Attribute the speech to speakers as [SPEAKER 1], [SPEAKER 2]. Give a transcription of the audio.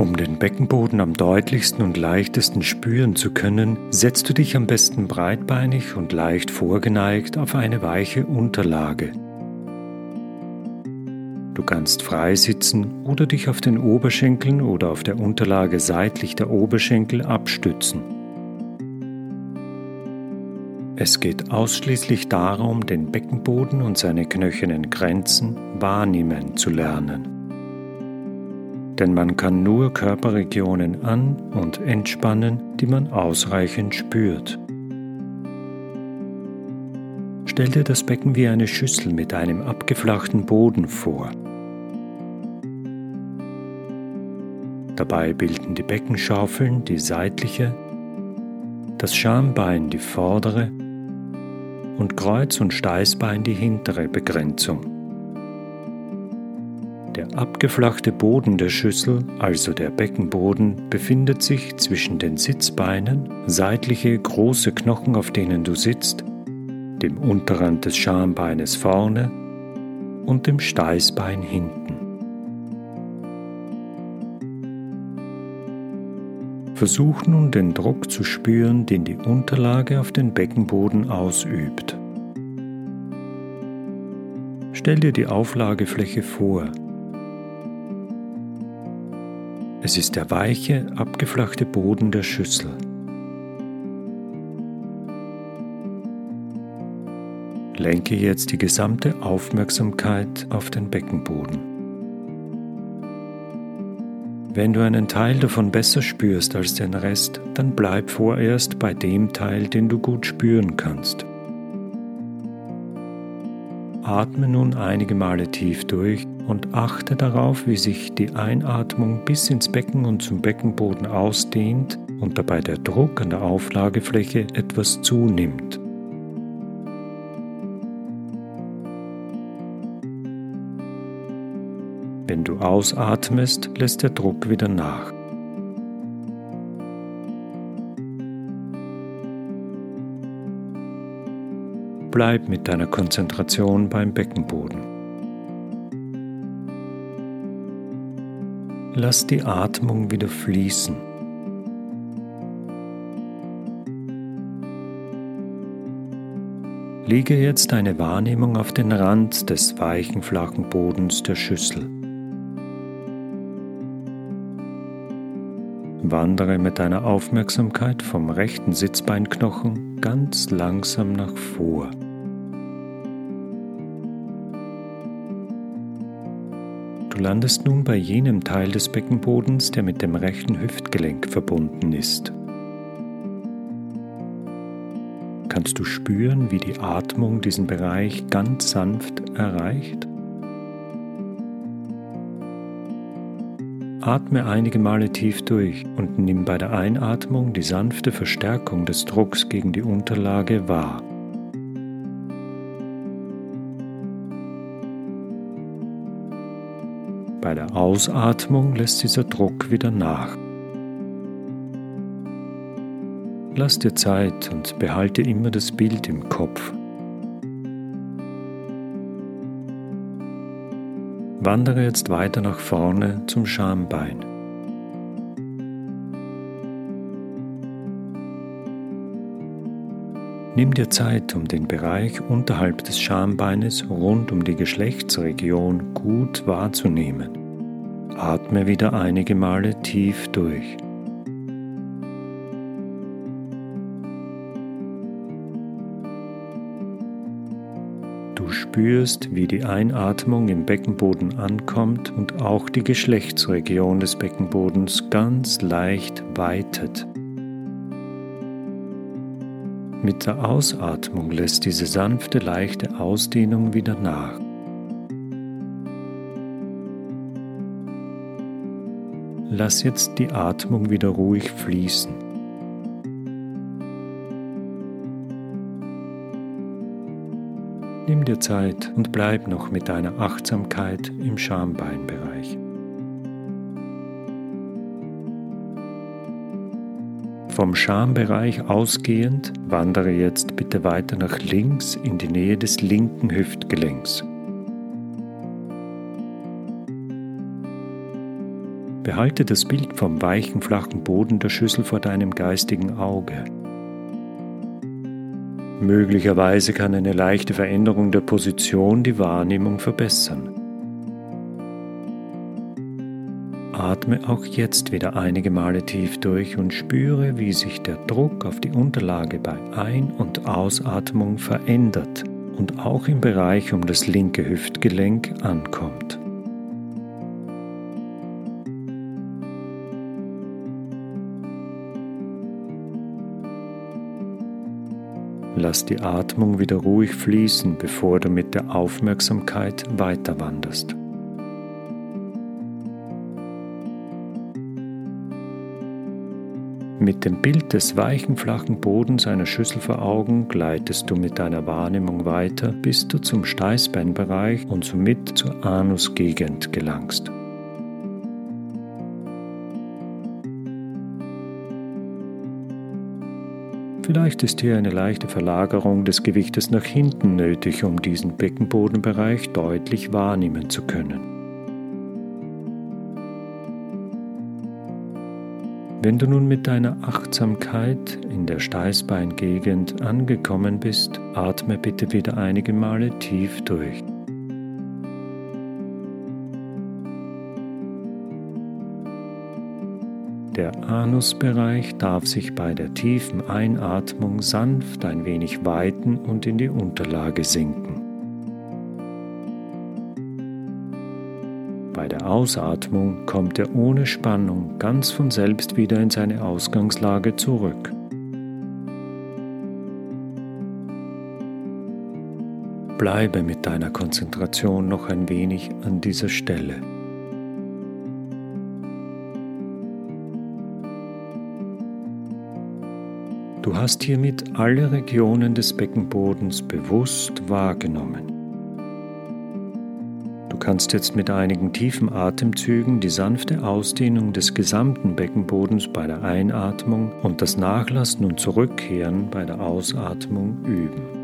[SPEAKER 1] Um den Beckenboden am deutlichsten und leichtesten spüren zu können, setzt du dich am besten breitbeinig und leicht vorgeneigt auf eine weiche Unterlage. Du kannst frei sitzen oder dich auf den Oberschenkeln oder auf der Unterlage seitlich der Oberschenkel abstützen. Es geht ausschließlich darum, den Beckenboden und seine knöchernen Grenzen wahrnehmen zu lernen. Denn man kann nur Körperregionen an- und entspannen, die man ausreichend spürt. Stell dir das Becken wie eine Schüssel mit einem abgeflachten Boden vor. Dabei bilden die Beckenschaufeln die seitliche, das Schambein die vordere und Kreuz- und Steißbein die hintere Begrenzung. Der abgeflachte Boden der Schüssel, also der Beckenboden, befindet sich zwischen den Sitzbeinen, seitliche große Knochen, auf denen du sitzt, dem Unterrand des Schambeines vorne und dem Steißbein hinten. Versuch nun den Druck zu spüren, den die Unterlage auf den Beckenboden ausübt. Stell dir die Auflagefläche vor. Es ist der weiche, abgeflachte Boden der Schüssel. Lenke jetzt die gesamte Aufmerksamkeit auf den Beckenboden. Wenn du einen Teil davon besser spürst als den Rest, dann bleib vorerst bei dem Teil, den du gut spüren kannst. Atme nun einige Male tief durch und achte darauf, wie sich die Einatmung bis ins Becken und zum Beckenboden ausdehnt und dabei der Druck an der Auflagefläche etwas zunimmt. Wenn du ausatmest, lässt der Druck wieder nach. Bleib mit deiner Konzentration beim Beckenboden. Lass die Atmung wieder fließen. Lege jetzt deine Wahrnehmung auf den Rand des weichen, flachen Bodens der Schüssel. Wandere mit deiner Aufmerksamkeit vom rechten Sitzbeinknochen ganz langsam nach vor. Du landest nun bei jenem Teil des Beckenbodens, der mit dem rechten Hüftgelenk verbunden ist. Kannst du spüren, wie die Atmung diesen Bereich ganz sanft erreicht? Atme einige Male tief durch und nimm bei der Einatmung die sanfte Verstärkung des Drucks gegen die Unterlage wahr. Bei der Ausatmung lässt dieser Druck wieder nach. Lass dir Zeit und behalte immer das Bild im Kopf. Wandere jetzt weiter nach vorne zum Schambein. Nimm dir Zeit, um den Bereich unterhalb des Schambeines rund um die Geschlechtsregion gut wahrzunehmen. Atme wieder einige Male tief durch. Du spürst, wie die Einatmung im Beckenboden ankommt und auch die Geschlechtsregion des Beckenbodens ganz leicht weitet. Mit der Ausatmung lässt diese sanfte, leichte Ausdehnung wieder nach. Lass jetzt die Atmung wieder ruhig fließen. Nimm dir Zeit und bleib noch mit deiner Achtsamkeit im Schambeinbereich. Vom Schambereich ausgehend wandere jetzt bitte weiter nach links in die Nähe des linken Hüftgelenks. Behalte das Bild vom weichen, flachen Boden der Schüssel vor deinem geistigen Auge. Möglicherweise kann eine leichte Veränderung der Position die Wahrnehmung verbessern. Atme auch jetzt wieder einige Male tief durch und spüre, wie sich der Druck auf die Unterlage bei Ein- und Ausatmung verändert und auch im Bereich um das linke Hüftgelenk ankommt. Lass die Atmung wieder ruhig fließen, bevor du mit der Aufmerksamkeit weiter wanderst. Mit dem Bild des weichen, flachen Bodens einer Schüssel vor Augen gleitest du mit deiner Wahrnehmung weiter, bis du zum Steißbeinbereich und somit zur Anusgegend gelangst. Vielleicht ist hier eine leichte Verlagerung des Gewichtes nach hinten nötig, um diesen Beckenbodenbereich deutlich wahrnehmen zu können. Wenn du nun mit deiner Achtsamkeit in der Steißbeingegend angekommen bist, atme bitte wieder einige Male tief durch. Der Anusbereich darf sich bei der tiefen Einatmung sanft ein wenig weiten und in die Unterlage sinken. Bei der Ausatmung kommt er ohne Spannung ganz von selbst wieder in seine Ausgangslage zurück. Bleibe mit deiner Konzentration noch ein wenig an dieser Stelle. Du hast hiermit alle Regionen des Beckenbodens bewusst wahrgenommen. Du kannst jetzt mit einigen tiefen Atemzügen die sanfte Ausdehnung des gesamten Beckenbodens bei der Einatmung und das Nachlassen und Zurückkehren bei der Ausatmung üben.